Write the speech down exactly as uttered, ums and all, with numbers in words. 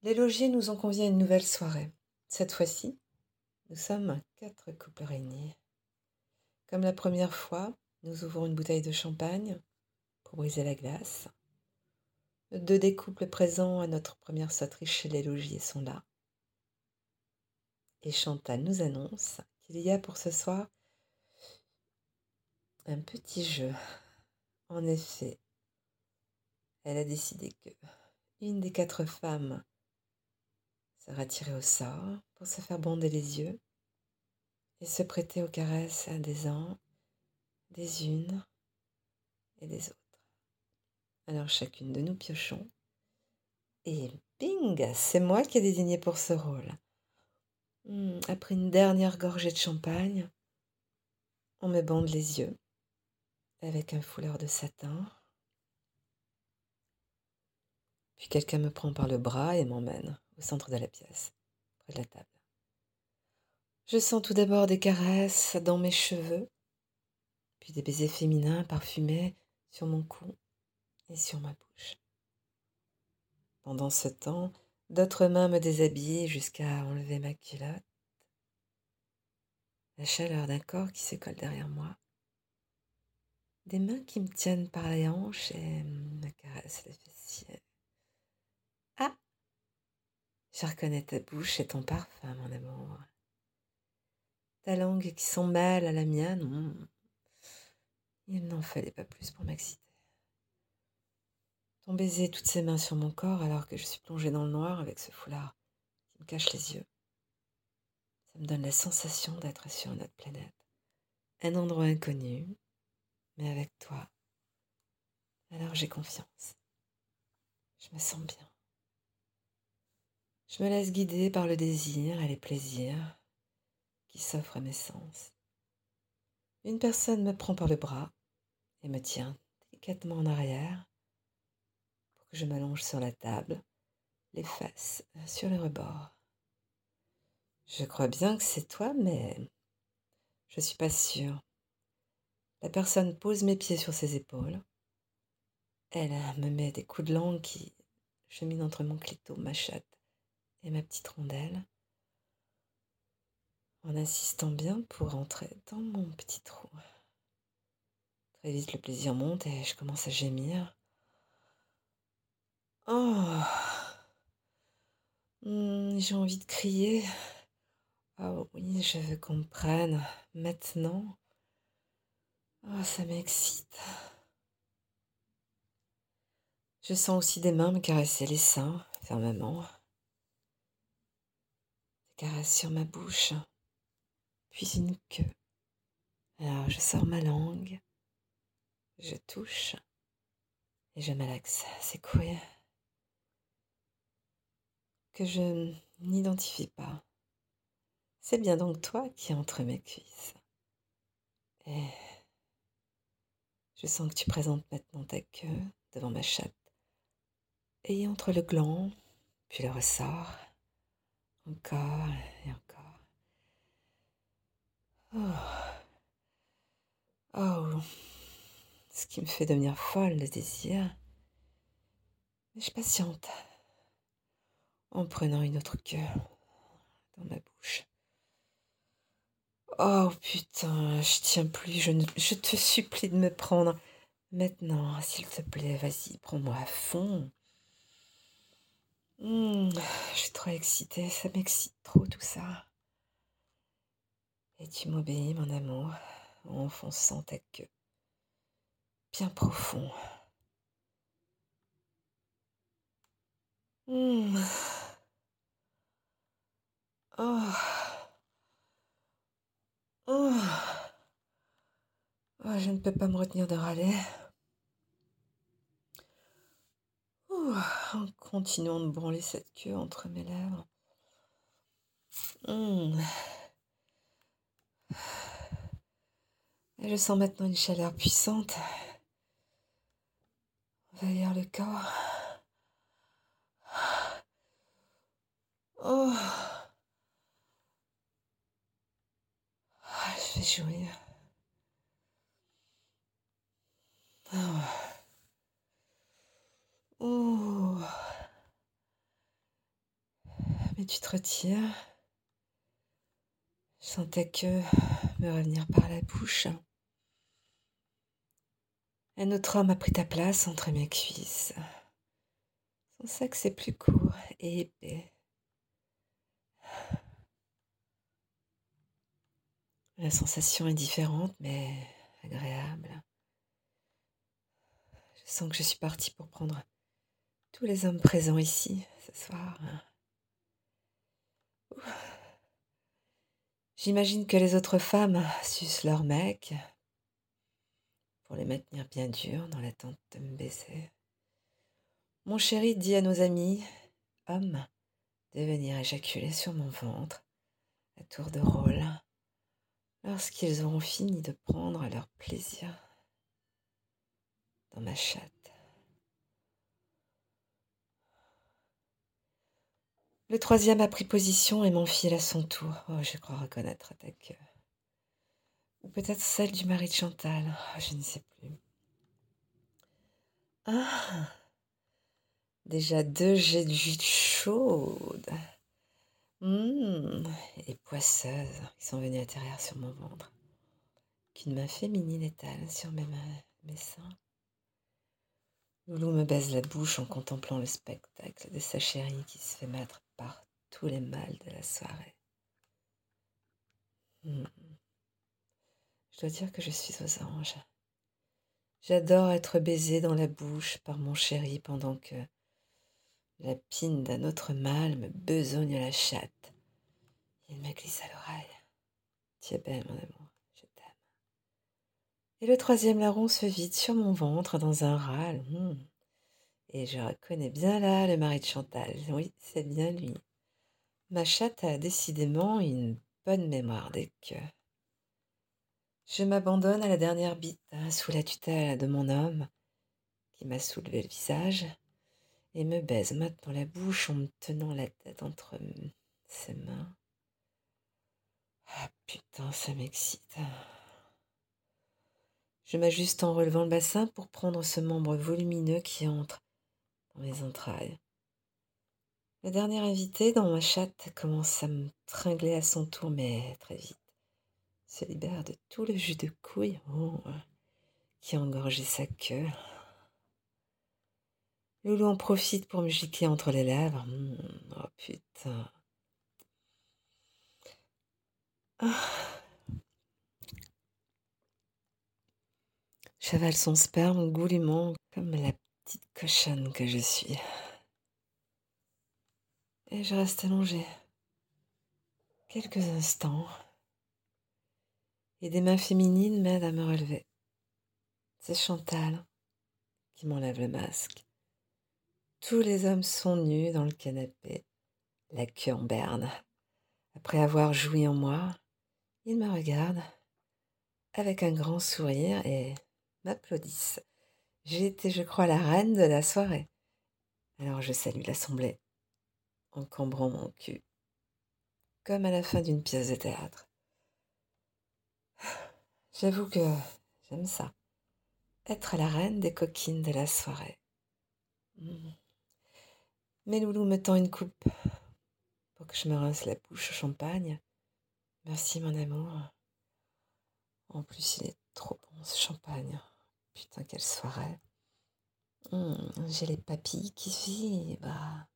Les logis nous ont convié à une nouvelle soirée. Cette fois-ci, nous sommes quatre couples réunis. Comme la première fois, nous ouvrons une bouteille de champagne pour briser la glace. Deux des couples présents à notre première sauterie chez les logis sont là. Et Chantal nous annonce qu'il y a pour ce soir un petit jeu. En effet, elle a décidé que une des quatre femmes sera tirée au sort pour se faire bander les yeux et se prêter aux caresses des uns, des unes et des autres. Alors chacune de nous piochons et bing, c'est moi qui ai désigné pour ce rôle. Mmh, après une dernière gorgée de champagne, on me bande les yeux avec un foulard de satin. Puis quelqu'un me prend par le bras et m'emmène au centre de la pièce, près de la table. Je sens tout d'abord des caresses dans mes cheveux, puis des baisers féminins parfumés sur mon cou et sur ma bouche. Pendant ce temps, d'autres mains me déshabillent jusqu'à enlever ma culotte. La chaleur d'un corps qui se colle derrière moi. Des mains qui me tiennent par les hanches et me caressent les fessiers. Ah! Je reconnais ta bouche et ton parfum, mon amour. Ta langue qui s'en mêle à la mienne. Mmh. Il n'en fallait pas plus pour m'exciter. Ton baiser, toutes ses mains sur mon corps alors que je suis plongée dans le noir avec ce foulard qui me cache les yeux. Ça me donne la sensation d'être sur une autre planète. Un endroit inconnu, mais avec toi. Alors j'ai confiance. Je me sens bien. Je me laisse guider par le désir et les plaisirs qui s'offrent à mes sens. Une personne me prend par le bras et me tient délicatement en arrière pour que je m'allonge sur la table, les fesses sur les rebords. Je crois bien que c'est toi, mais je suis pas sûre. La personne pose mes pieds sur ses épaules. Elle me met des coups de langue qui cheminent entre mon clito, ma chatte et ma petite rondelle, en insistant bien pour entrer dans mon petit trou. Très vite, le plaisir monte et je commence à gémir. Oh, mmh, j'ai envie de crier. Oh oui, je veux qu'on me prenne maintenant. Oh, ça m'excite. Je sens aussi des mains me caresser les seins, fermement. Des caresses sur ma bouche, puis une queue. Alors je sors ma langue, je touche et je malaxe ces couilles que je n'identifie pas. C'est bien donc toi qui es entre mes cuisses. Et je sens que tu présentes maintenant ta queue devant ma chatte. Et entre le gland, puis le ressort, encore et encore. Oh, oh, ce qui me fait devenir folle de désir. Mais je patiente en prenant une autre queue dans ma bouche. Oh putain, je tiens plus, je, ne, je te supplie de me prendre. Maintenant, s'il te plaît, vas-y, prends-moi à fond. Mmh, je suis trop excitée, ça m'excite trop tout ça. Et tu m'obéis, mon amour, en enfonçant ta queue bien profond. Mmh. Oh. Oh. Oh, je ne peux pas me retenir de râler. Ouh, en continuant de branler cette queue entre mes lèvres. Mmh. Et je sens maintenant une chaleur puissante envahir le corps. Oh. Ah, je vais jouir. Oh. Oh. mais tu te retires. Je sens ta queue me revenir par la bouche. Un autre homme a pris ta place entre mes cuisses. Son sexe est plus court et épais. La sensation est différente, mais agréable. Je sens que je suis partie pour prendre tous les hommes présents ici, ce soir. J'imagine que les autres femmes sucent leurs mecs pour les maintenir bien durs dans l'attente de me baiser. Mon chéri dit à nos amis, hommes, de venir éjaculer sur mon ventre à tour de rôle lorsqu'ils auront fini de prendre leur plaisir dans ma chatte. Le troisième a pris position et m'enfile à son tour. Oh, je crois reconnaître ta queue. Ou peut-être celle du mari de Chantal. Oh, je ne sais plus. Ah, déjà deux jets de jus chaude. Mmh, et poisseuses qui sont venues atterrir sur mon ventre. Qu'une main féminine étale sur mes mains, mes seins. Loulou me baise la bouche en contemplant le spectacle de sa chérie qui se fait mettre par tous les mâles de la soirée. Mmh. Je dois dire que je suis aux anges. J'adore être baisée dans la bouche par mon chéri pendant que la pine d'un autre mâle me besogne la chatte. Il me glisse à l'oreille. Tu es belle, mon amour, je t'aime. Et le troisième larron se vide sur mon ventre dans un râle. Mmh. Et je reconnais bien là le mari de Chantal. Oui, c'est bien lui. Ma chatte a décidément une bonne mémoire des queues. Je m'abandonne à la dernière bite, hein, sous la tutelle de mon homme, qui m'a soulevé le visage et me baise maintenant la bouche en me tenant la tête entre ses mains. Ah putain, ça m'excite. Je m'ajuste en relevant le bassin pour prendre ce membre volumineux qui entre dans mes entrailles. Le dernier invité dans ma chatte commence à me tringler à son tour, mais très vite se libère de tout le jus de couille oh, qui a engorgé sa queue. Loulou en profite pour me gicler entre les lèvres. Mmh, oh putain. Ah. J'avale son sperme goulûment comme la petite cochonne que je suis. Et je reste allongée quelques instants. Et des mains féminines m'aident à me relever. C'est Chantal qui m'enlève le masque. Tous les hommes sont nus dans le canapé, la queue en berne. Après avoir joui en moi, ils me regardent avec un grand sourire et m'applaudissent. J'ai été, je crois, la reine de la soirée. Alors je salue l'assemblée en cambrant mon cul, comme à la fin d'une pièce de théâtre. J'avoue que j'aime ça, être la reine des coquines de la soirée. Mmh. Mais Loulou me tend une coupe pour que je me rince la bouche au champagne. Merci mon amour. En plus, il est trop bon ce champagne. Putain, quelle soirée. Mmh, j'ai les papilles qui vibrent.